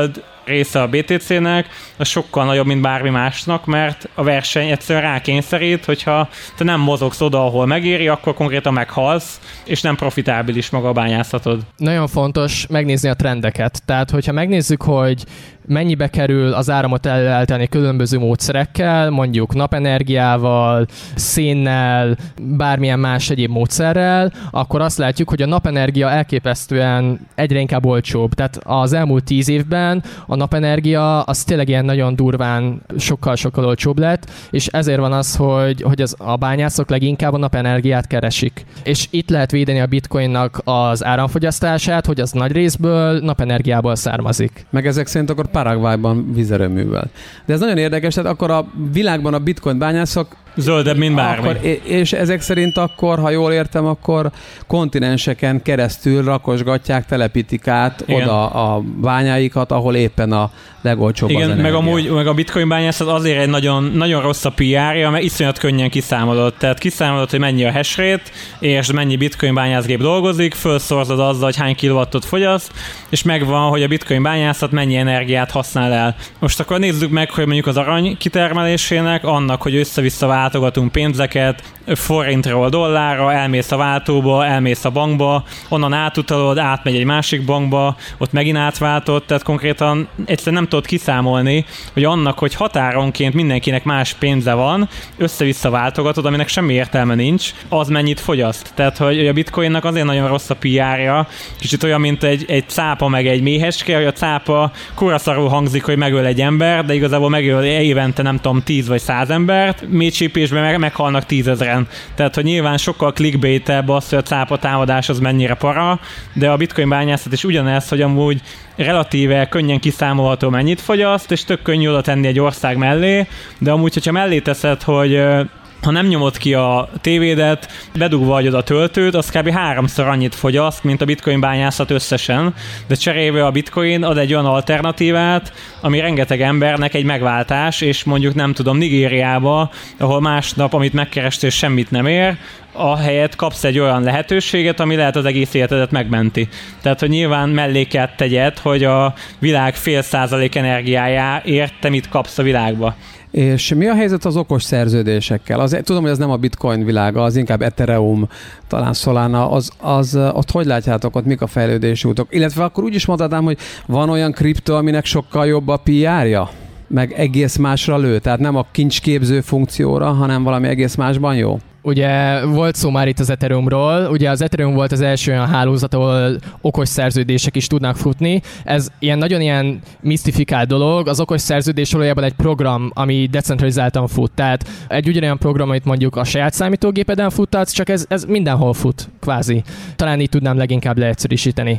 része a bé té cének, az sokkal nagyobb, mint bármi másnak, mert a verseny egyszerűen rákényszerít, hogyha te nem mozogsz oda, ahol megéri, akkor konkrétan meghalsz, és nem profitábilis maga a bányászatod. Nagyon fontos megnézni a trendeket. Tehát, hogyha megnézzük, hogy mennyibe kerül az áramot előállítani különböző módszerekkel, mondjuk napenergiával, szénnel, bármilyen más egyéb módszerrel, akkor azt látjuk, hogy a napenergia elképesztően egyre inkább olcsóbb. Tehát az elmúlt tíz évben a napenergia az tényleg ilyen nagyon durván sokkal-sokkal olcsóbb lett, és ezért van az, hogy, hogy az, a bányászok leginkább a napenergiát keresik. És itt lehet védeni a bitcoinnak az áramfogyasztását, hogy az nagy részből napenergiából származik. Meg ezek szerint akkor Paraguayban vízerőművel. De ez nagyon érdekes, tehát akkor a világban a bitcoin bányászok zöldebb, mint bármi. Akkor, és ezek szerint akkor, ha jól értem, akkor kontinenseken keresztül rakosgatják, telepítik át igen. oda a bányáikat, ahol éppen a legolcsóbb igen, az energia. meg amúgy meg a bitcoin bányászat azért egy nagyon, nagyon rossz a pé er-ja, mert iszonyat könnyen kiszámolod. Tehát kiszámolod, hogy mennyi a hash rate, és mennyi bitcoin bányászgép dolgozik, felszorzod azzal, hogy hány kilowattot fogyaszt, és megvan, hogy a bitcoin bányászat mennyi energiát használ el. Most akkor nézzük meg, hogy mondjuk az arany kitermelésének, annak, hogy össze-vissza váltogatunk pénzeket, forintról dollárra, elmész a váltóba, elmész a bankba, onnan átutalod, átmegy egy másik bankba, ott megint átváltod, tehát konkrétan egyszerűen nem tudod kiszámolni, hogy annak, hogy határonként mindenkinek más pénze van, össze-vissza váltogatod, aminek semmi értelme nincs, az mennyit fogyaszt. Tehát, hogy a bitcoinnak azért nagyon rossz a pé er-ja, kicsit olyan, mint egy, egy cápa meg egy méhecske, hogy a cápa kuraszarul hangzik, hogy megöl egy ember, de igazából megöl évente nem tudom tíz vagy száz embert, mélycsípésben meg meghalnak tízezren. Tehát, hogy nyilván sokkal clickbaitebb az, hogy a cápa támadás az mennyire para, de a bitcoin bányászat is ugyanez, hogy amúgy relatíve könnyen kiszámolható mennyit fogyaszt, és tök könnyű oda tenni egy ország mellé, de amúgy, hogyha mellé teszed, hogy ha nem nyomod ki a tévédet, bedugva vagy oda a töltőt, az kb. háromszor annyit fogyaszt, mint a bitcoin bányászat összesen, de cserébe a bitcoin ad egy olyan alternatívát, ami rengeteg embernek egy megváltás, és mondjuk nem tudom, Nigériába, ahol másnap, amit megkerestél, semmit nem ér, ahelyett kapsz egy olyan lehetőséget, ami lehet az egész életedet megmenti. Tehát, hogy nyilván mellé kell tegyed, hogy a világ fél százalék energiájáért te mit kapsz a világba. És mi a helyzet az okos szerződésekkel? Az, tudom, hogy ez nem a bitcoin világa, az inkább Ethereum, talán Solana, az, az, ott hogy látjátok, ott mik a fejlődési útok? Illetve akkor úgy is mondhatnám, hogy van olyan kripto, aminek sokkal jobb a pé er-ja? Meg egész másra lő, tehát nem a kincsképző funkcióra, hanem valami egész másban jó? Ugye volt szó már itt az Ethereumról, ugye az Ethereum volt az első olyan hálózat, ahol okos szerződések is tudnak futni. Ez ilyen nagyon ilyen misztifikált dolog, az okos szerződés valójában egy program, ami decentralizáltan fut. Tehát egy ugyanolyan program, amit mondjuk a saját számítógépeden futtatsz, csak ez, ez mindenhol fut, kvázi. Talán így tudnám leginkább leegyszerűsíteni.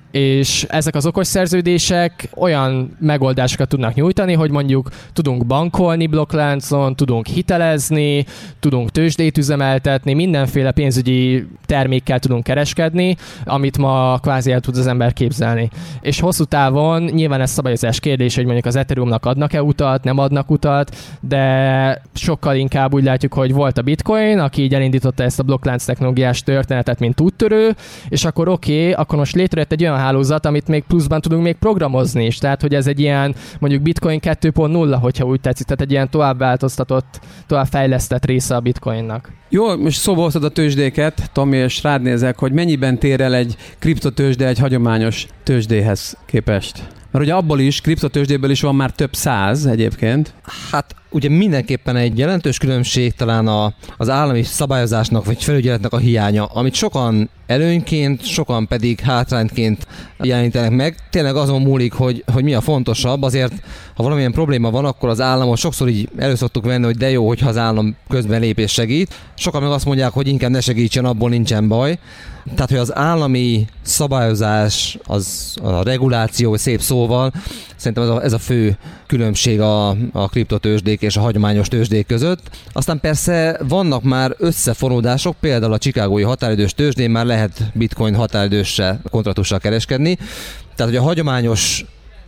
És ezek az okos szerződések olyan megoldásokat tudnak nyújtani, hogy mondjuk tudunk bankolni blokkláncon, tudunk hitelezni, tudunk tőzsdét üzemeltetni, mindenféle pénzügyi termékkel tudunk kereskedni, amit ma kvázi el tud az ember képzelni. És hosszú távon nyilván ez szabályozás kérdés, hogy mondjuk az Ethereumnak adnak-e utat, nem adnak utat, de sokkal inkább úgy látjuk, hogy volt a Bitcoin, aki így elindította ezt a blokklánc technológiás történetet, mint úttörő, és akkor oké, okay, akkor most létrejött egy olyan hálózat, amit még pluszban tudunk még programozni is. Tehát, hogy ez egy ilyen mondjuk Bitcoin kettő pont nulla, hogyha úgy tetszik, tehát egy ilyen tovább változtatott, tovább fejlesztett része a Bitcoinnak. Jó, most szóba hoztad a tőzsdéket, Tomi, és rád nézek, hogy mennyiben tér el egy kriptotőzsde egy hagyományos tőzsdéhez képest? Mert ugye abból is, kriptotőzsdéből is van már több száz egyébként. Hát ugye mindenképpen egy jelentős különbség talán a, az állami szabályozásnak vagy felügyeletnek a hiánya, amit sokan előnyként, sokan pedig hátrányként jelenítenek meg. Tényleg azon múlik, hogy, hogy mi a fontosabb. Azért, ha valamilyen probléma van, akkor az államot sokszor így elő szoktuk venni, hogy de jó, hogyha az állam közben lépés segít. Sokan meg azt mondják, hogy inkább ne segítsen, abból nincsen baj. Tehát, hogy az állami szabályozás, az a reguláció, szép szóval, szerintem ez a, ez a fő különbség a, a kriptotőzsdék és a hagyományos tőzsdék között. Aztán persze vannak már összefonódások, például a chicagói határidős tőzsdén már lehet bitcoin határidőssel, kontratussal kereskedni. Tehát, hogy a hagyományos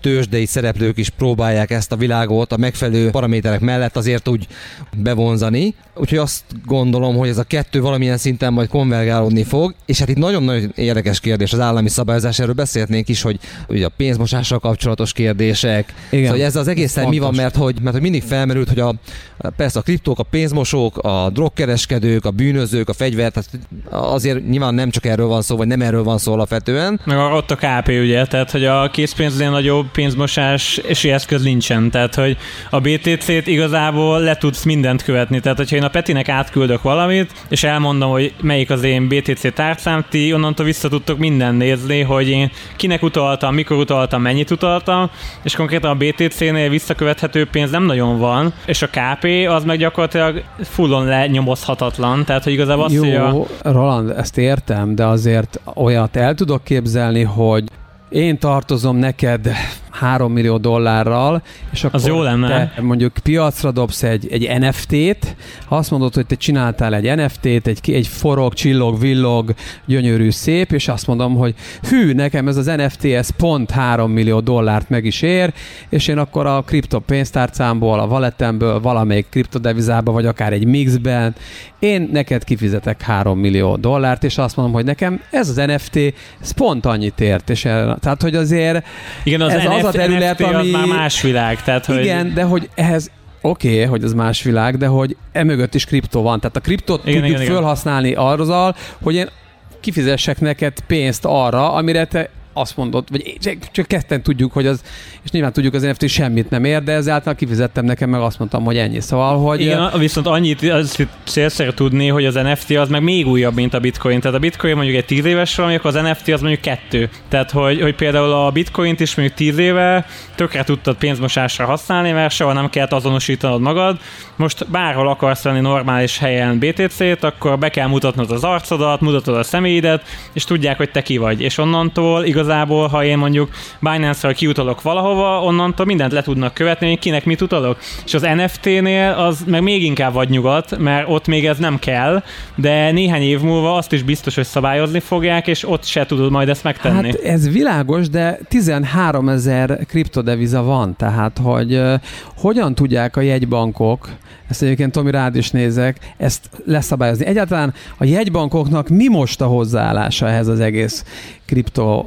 tőzsdei szereplők is próbálják ezt a világot a megfelelő paraméterek mellett azért úgy bevonzani. Úgyhogy azt gondolom, hogy ez a kettő valamilyen szinten majd konvergálódni fog, és hát itt nagyon-nagyon érdekes kérdés az állami szabályozás, erről beszélhetnénk is, hogy ugye a pénzmosással kapcsolatos kérdések. Igen, szóval ez az egészen mi van, mert hogy, mert hogy mindig felmerült, hogy a, persze a kriptók, a pénzmosók, a drogkereskedők, a bűnözők, a fegyver, tehát azért nyilván nem csak erről van szó, vagy nem erről van szó alapvetően. Meg ott a ká pé, ugye, tehát hogy a készpénznél nagyobb pénzmosás és eszköz nincsen, tehát hogy a bé té cét igazából le tudsz mindent követni, tehát hogyha én a Petinek átküldök valamit, és elmondom, hogy melyik az én bé té cé tárcám, ti onnantól vissza tudtok mindent nézni, hogy én kinek utaltam, mikor utaltam, mennyit utaltam, és konkrétan a bé té cénél visszakövethető pénz nem nagyon van, és a ká pé az meg gyakorlatilag fullon lenyomozhatatlan, tehát hogy igazából azt, Jó, hogy a... Roland, ezt értem, de azért olyat el tudok képzelni, hogy én tartozom neked három millió dollárral, és akkor az jó lenne. Te mondjuk piacra dobsz egy, egy en ef té-t, ha azt mondod, hogy te csináltál egy en ef té-t, egy, egy forog, csillog, villog, gyönyörű, szép, és azt mondom, hogy hű, nekem ez az en ef té, ez pont három millió dollárt meg is ér, és én akkor a kripto pénztárcámból, a walletemből, valamelyik kriptodevizába, vagy akár egy mixben, én neked kifizetek három millió dollárt, és azt mondom, hogy nekem ez az en ef té, ez pont annyit ért, és el, tehát, hogy azért igen, az ez az a terület, en ef té ami... az már más világ, tehát igen, hogy... de hogy ehhez oké, okay, hogy ez más világ, de hogy emögött is kriptó van. Tehát a kriptót igen, tudjuk igen, felhasználni igen. arra, hogy én kifizessek neked pénzt arra, amire te azt mondod, vagy csak ketten tudjuk, hogy az, és nyilván tudjuk, az en ef té semmit nem ér, de ezáltal kifizettem nekem, meg azt mondtam, hogy ennyi. Szóval, hogy... Igen, viszont annyit az célszerű tudni, hogy az en ef té az meg még újabb, mint a bitcoin. Tehát a bitcoin mondjuk egy tíz éves valami, akkor az en ef té az mondjuk kettő. Tehát, hogy, hogy például a bitcoint is mondjuk tíz éve tökre tudtad pénzmosásra használni, mert soha nem kellett azonosítanod magad. Most bárhol akarsz venni normális helyen bé té cét, akkor be kell mutatnod az arcodat, mutatod a személyedet, és tudják, hogy te ki vagy. És onnantól igazából, ha én mondjuk Binance-ral kiutalok valahova, onnantól mindent le tudnak követni, hogy kinek mit utalok. És az en ef té-nél az meg még inkább vagy nyugat, mert ott még ez nem kell, de néhány év múlva azt is biztos, hogy szabályozni fogják, és ott se tudod majd ezt megtenni. Hát ez világos, de tizenháromezer kriptodeviza van, tehát hogy uh, hogyan tudják a jegybankok, ezt egyébként Tomi rád is nézek, ezt leszabályozni. Egyáltalán a jegybankoknak mi most a hozzáállása ehhez az egész kripto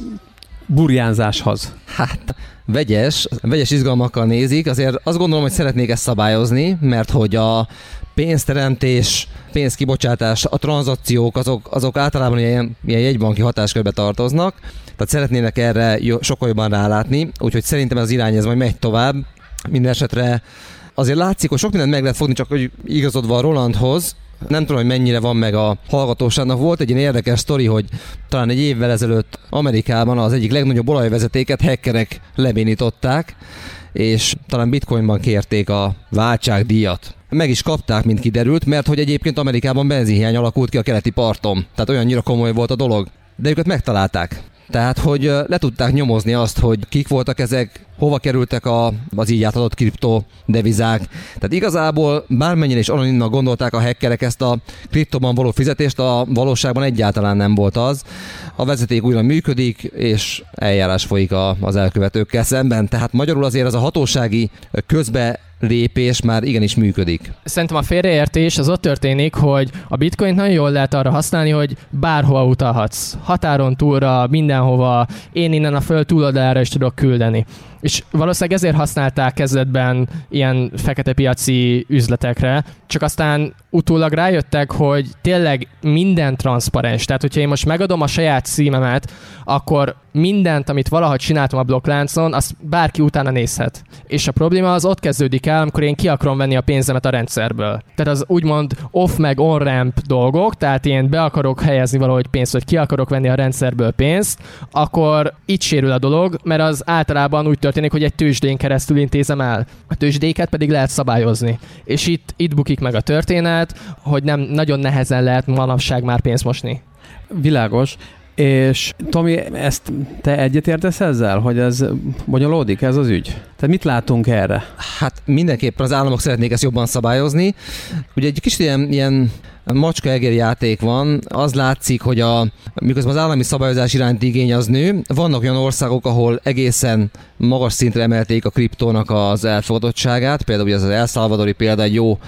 burjánzáshoz? Hát vegyes, vegyes izgalmakkal nézik, azért azt gondolom, hogy szeretnék ezt szabályozni, mert hogy a pénzteremtés, pénzkibocsátás, a tranzakciók, azok, azok általában ilyen, ilyen jegybanki hatáskörbe tartoznak, tehát szeretnének erre sokkal jobban rálátni, úgyhogy szerintem ez az irány ez majd megy tovább. Minden esetre azért látszik, hogy sok mindent meg lehet fogni, csak hogy igazodva a Rolandhoz, nem tudom, hogy mennyire van meg a hallgatóságnak. Volt egy ilyen érdekes sztori, hogy talán egy évvel ezelőtt Amerikában az egyik legnagyobb olajvezetéket hackerek lebénították, és talán bitcoinban kérték a váltságdíjat. Meg is kapták, mint kiderült, mert hogy egyébként Amerikában benzinhiány alakult ki a keleti parton. Tehát olyannyira komoly volt a dolog. De őket megtalálták. Tehát, hogy le tudták nyomozni azt, hogy kik voltak ezek, hova kerültek a, az így átadott kriptodevizák. Tehát igazából bármennyire is anonimnak gondolták a hackerek ezt a kriptoban való fizetést, a valóságban egyáltalán nem volt az. A vezeték újra működik, és eljárás folyik a, az elkövetőkkel szemben. Tehát magyarul azért az a hatósági közbe lépés már igenis működik. Szerintem a félreértés az ott történik, hogy a bitcoint nagyon jól lehet arra használni, hogy bárhova utalhatsz. Határon túlra, mindenhova, én innen a föld túloldalára is tudok küldeni. És valószínűleg ezért használták kezdetben ilyen fekete piaci üzletekre, csak aztán utólag rájöttek, hogy tényleg minden transzparens. Tehát, hogyha én most megadom a saját címemet, akkor mindent, amit valaha csináltam a blokkláncon, azt bárki utána nézhet. És a probléma az ott kezdődik el, amikor én ki akarom venni a pénzemet a rendszerből. Tehát az úgymond off meg on-ramp dolgok, tehát én be akarok helyezni valahogy pénzt, vagy ki akarok venni a rendszerből pénzt, akkor itt sérül a dolog, mert az általában úgy történik, hogy egy tőzsdén keresztül intézem el. A tőzsdéket pedig lehet szabályozni. És itt, itt bukik meg a történet, hogy nem nagyon nehezen lehet manapság már pénzt mosni. Világos. És Tomi, ezt te egyetértesz ezzel, hogy ez bonyolódik, ez az ügy? Tehát mit látunk erre? Hát mindenképpen az államok szeretnék ezt jobban szabályozni. Ugye egy kis ilyen, ilyen macska-egér játék van. Az látszik, hogy a, miközben az állami szabályozás iránti igény az nő, vannak olyan országok, ahol egészen magas szintre emelték a kriptónak az elfogadottságát, például az El Salvadori példa egy jó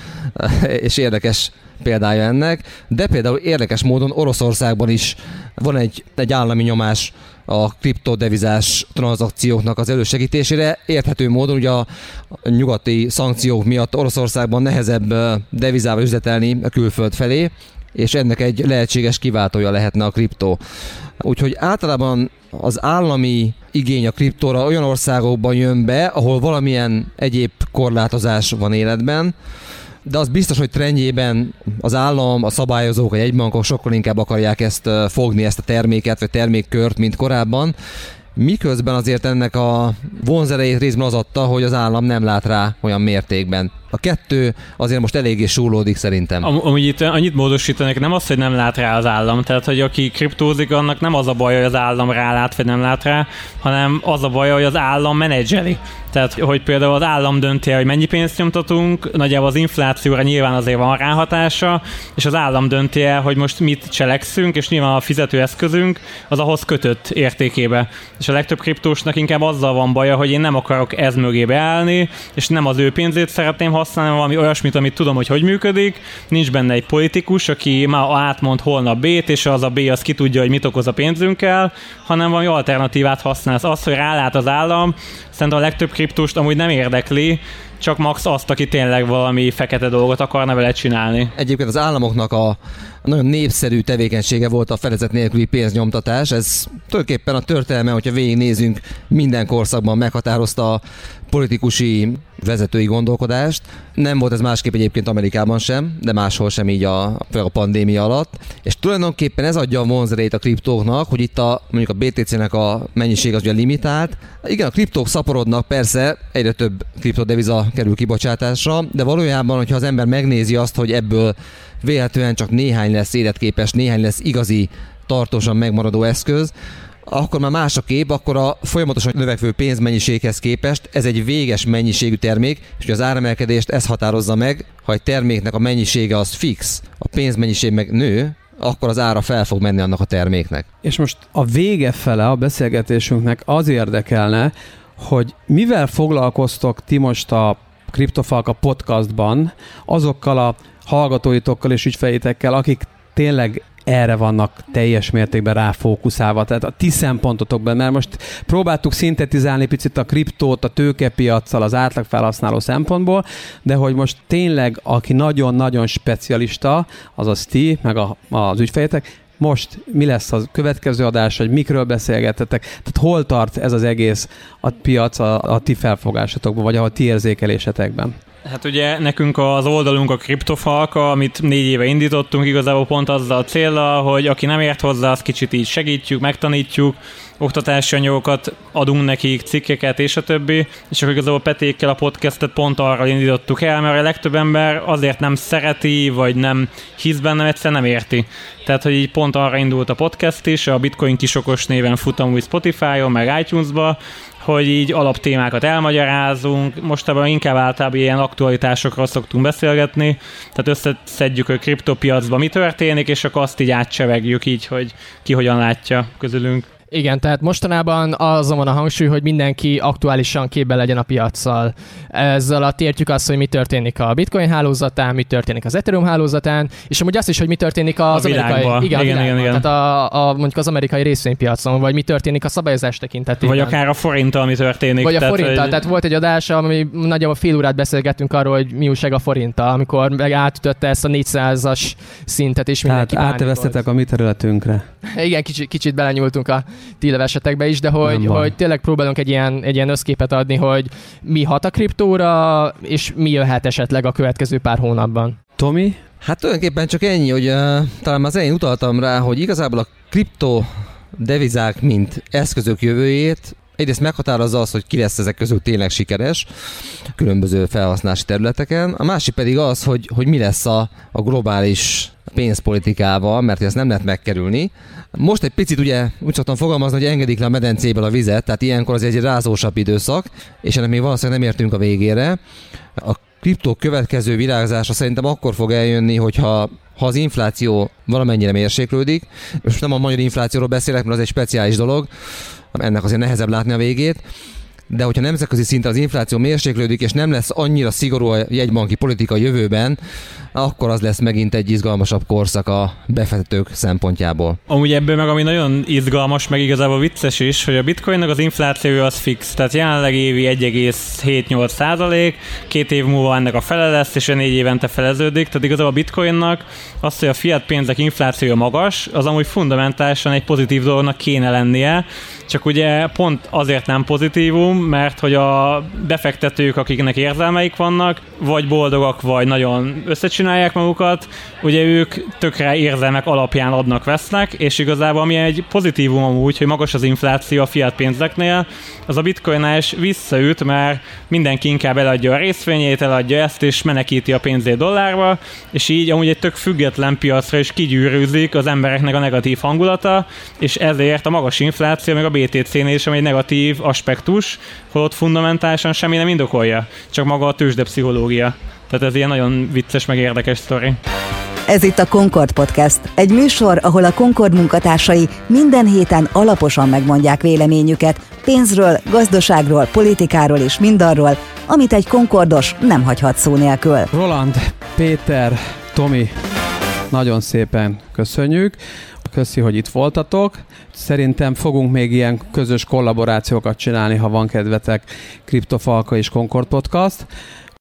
és érdekes példája ennek, de például érdekes módon Oroszországban is van egy, egy állami nyomás a kriptodevizás tranzakcióknak az elősegítésére. Érthető módon ugye a nyugati szankciók miatt Oroszországban nehezebb devizával üzletelni a külföld felé, és ennek egy lehetséges kiváltója lehetne a kriptó. Úgyhogy általában az állami igény a kriptóra olyan országokban jön be, ahol valamilyen egyéb korlátozás van életben, de az biztos, hogy trendjében az állam, a szabályozók, a jegybankok sokkal inkább akarják ezt fogni, ezt a terméket, vagy termékkört, mint korábban. Miközben azért ennek a vonzerejét részben az adta, hogy az állam nem lát rá olyan mértékben. A kettő azért most eléggé súlódik szerintem. Am- amúgy itt annyit módosítanak, nem az, hogy nem lát rá az állam, tehát hogy aki kriptózik, annak nem az a baj, hogy az állam rálát, vagy nem lát rá, hanem az a baj, hogy az állam menedzseli. Tehát, hogy például az állam dönti el, hogy mennyi pénzt nyomtatunk, nagyjából az inflációra nyilván azért van ráhatása, és az állam dönti el, hogy most mit cselekszünk, és nyilván a fizetőeszközünk az ahhoz kötött értékébe. És a legtöbb kriptósnak inkább azzal van baja, hogy én nem akarok ez mögé beállni, és nem az ő pénzét szeretném használni, valami olyasmit, amit tudom, hogy hogy működik. Nincs benne egy politikus, aki már átmond holnap B-t, és az a B az ki tudja, hogy mit okoz a pénzünkkel, hanem valami alternatívát használsz. Az, hogy rálát az állam, szerintem a legtöbb kriptóst amúgy nem érdekli, csak max azt, aki tényleg valami fekete dolgot akarna vele csinálni. Egyébként az államoknak a nagyon népszerű tevékenysége volt a fedezet nélküli pénznyomtatás. Ez tulajdonképpen a történelme, hogyha végignézünk, minden korszakban meghatározta a politikusi vezetői gondolkodást. Nem volt ez másképp egyébként Amerikában sem, de máshol sem így a, a pandémia alatt. És tulajdonképpen ez adja a vonzerejét a kriptóknak, hogy itt a, mondjuk a bé té cé-nek a mennyiség az ugye limitált. Igen, a kriptók szaporodnak, persze egyre több kriptodeviza kerül kibocsátásra, de valójában, hogyha az ember megnézi azt, hogy ebből véletlenül csak néhány lesz életképes, néhány lesz igazi, tartósan megmaradó eszköz, akkor már más a kép, akkor a folyamatosan növekvő pénzmennyiséghez képest ez egy véges mennyiségű termék, és az áremelkedést ez határozza meg, ha egy terméknek a mennyisége az fix, a pénzmennyiség meg nő, akkor az ára fel fog menni annak a terméknek. És most a vége fele a beszélgetésünknek az érdekelne, hogy mivel foglalkoztok ti most a Kriptofalka podcastban azokkal a hallgatóitokkal és ügyfeleitekkel, akik tényleg erre vannak teljes mértékben ráfókuszálva, tehát a ti szempontotokban, mert most próbáltuk szintetizálni picit a kriptót, a tőkepiaccal, az átlagfelhasználó szempontból, de hogy most tényleg, aki nagyon-nagyon specialista, azaz ti, meg a, az ügyfeleitek, most mi lesz a következő adás, hogy mikről beszélgettetek, tehát hol tart ez az egész a piac a, a ti felfogásatokban, vagy a ti érzékelésetekben? Hát ugye nekünk az oldalunk a Kriptofalka, amit négy éve indítottunk, igazából pont azzal a céllal, hogy aki nem ért hozzá, azt kicsit így segítjük, megtanítjuk, oktatási anyagokat adunk nekik, cikkeket és a többi, és akkor igazából Petékkel a podcastet pont arra indítottuk el, mert a legtöbb ember azért nem szereti, vagy nem hisz benne, egyszerűen nem érti. Tehát, hogy így pont arra indult a podcast is, a Bitcoin kisokos néven fut amúgy Spotify-on, meg iTunes-ba, hogy így alaptémákat elmagyarázunk, mostában inkább általában ilyen aktualitásokról szoktunk beszélgetni, tehát összeszedjük, hogy kriptopiacban mi történik, és akkor azt így átcsevegjük így, hogy ki hogyan látja közülünk. Igen, tehát mostanában azon van a hangsúly, hogy mindenki aktuálisan képben legyen a piaccal. Ezzel alatt értjük azt, hogy mi történik a Bitcoin hálózatán, mi történik az Ethereum hálózatán, és amúgy azt is, hogy mi történik az a amerikai, igen, igen, igen, igen, igen. Tehát a, a, mondjuk az amerikai részvénypiacon, vagy mi történik a szabályozás tekintetében. Vagy akár a forinttal mi történik. Vagy a tehát, forinttal, hogy... tehát volt egy adás, ami nagyjából fél órát beszélgettünk arról, hogy mi újság a forinttal, amikor meg átütötte ezt a négyszázas szintet, és mindenki tehát átevesztetek a mi területünkre. Igen, kicsit, kicsit belenyúltunk a ti esetekbe is, de hogy, hogy tényleg próbálunk egy ilyen, egy ilyen összképet adni, hogy mi hat a kriptóra, és mi jöhet esetleg a következő pár hónapban. Tomi? Hát tulajdonképpen csak ennyi, hogy uh, talán az elején utaltam rá, hogy igazából a kripto devizák, mint eszközök jövőjét egyrészt meghatározza az, hogy ki lesz ezek közül tényleg sikeres különböző felhasználási területeken, a másik pedig az, hogy, hogy mi lesz a, a globális pénzpolitikával, mert ezt nem lehet megkerülni. Most egy picit ugye úgy szoktam fogalmazni, hogy engedik le a medencéből a vizet, tehát ilyenkor az egy rázósabb időszak, és ennek még valószínűleg nem értünk a végére. A kriptó következő virágzása szerintem akkor fog eljönni, hogyha ha az infláció valamennyire mérséklődik, és nem a magyar inflációról beszélek, mert az egy speciális dolog, ennek azért nehezebb látni a végét, de hogyha nemzetközi szinten az infláció mérséklődik, és nem lesz annyira szigorú a jegybanki politika jövőben, akkor az lesz megint egy izgalmasabb korszak a befektetők szempontjából. Amúgy ebből meg ami nagyon izgalmas, meg igazából vicces is, hogy a bitcoinnak az inflációja az fix, tehát jelenleg évi egy egész hét nyolc százalék, két év múlva ennek a fele lesz, és négy évente feleződik, tehát igazából a bitcoinnak az, hogy a fiat pénzek inflációja magas, az amúgy fundamentálisan egy pozitív dolognak kéne lennie, csak ugye pont azért nem pozitívum, mert hogy a befektetők, akiknek érzelmeik vannak, vagy boldogak, vagy nagyon összecsinálják magukat, ugye ők tökre érzelmek alapján adnak, vesznek, és igazából ami egy pozitívum amúgy, hogy magas az infláció a fiat pénzeknél, az a bitcoinnál is visszaüt, mert mindenki inkább eladja a részvényét, eladja ezt, és menekíti a pénzét dollárba, és így amúgy egy tök független piacra is kigyűrűzik az embereknek a negatív hangulata, és ezért a magas infláció, meg a bé té cé-nél is, ami egy negatív aspektus, holott fundamentálisan semmi nem indokolja, csak maga a tőzsdepszichológia. Tehát ez ilyen nagyon vicces, meg érdekes sztori. Ez itt a Concord Podcast, egy műsor, ahol a Concord munkatársai minden héten alaposan megmondják véleményüket pénzről, gazdaságról, politikáról és mindarról, amit egy Concordos nem hagyhat szó nélkül. Roland, Péter, Tomi, nagyon szépen köszönjük. Köszi, hogy itt voltatok. Szerintem fogunk még ilyen közös kollaborációkat csinálni, ha van kedvetek, Kriptofalka és Concord Podcast.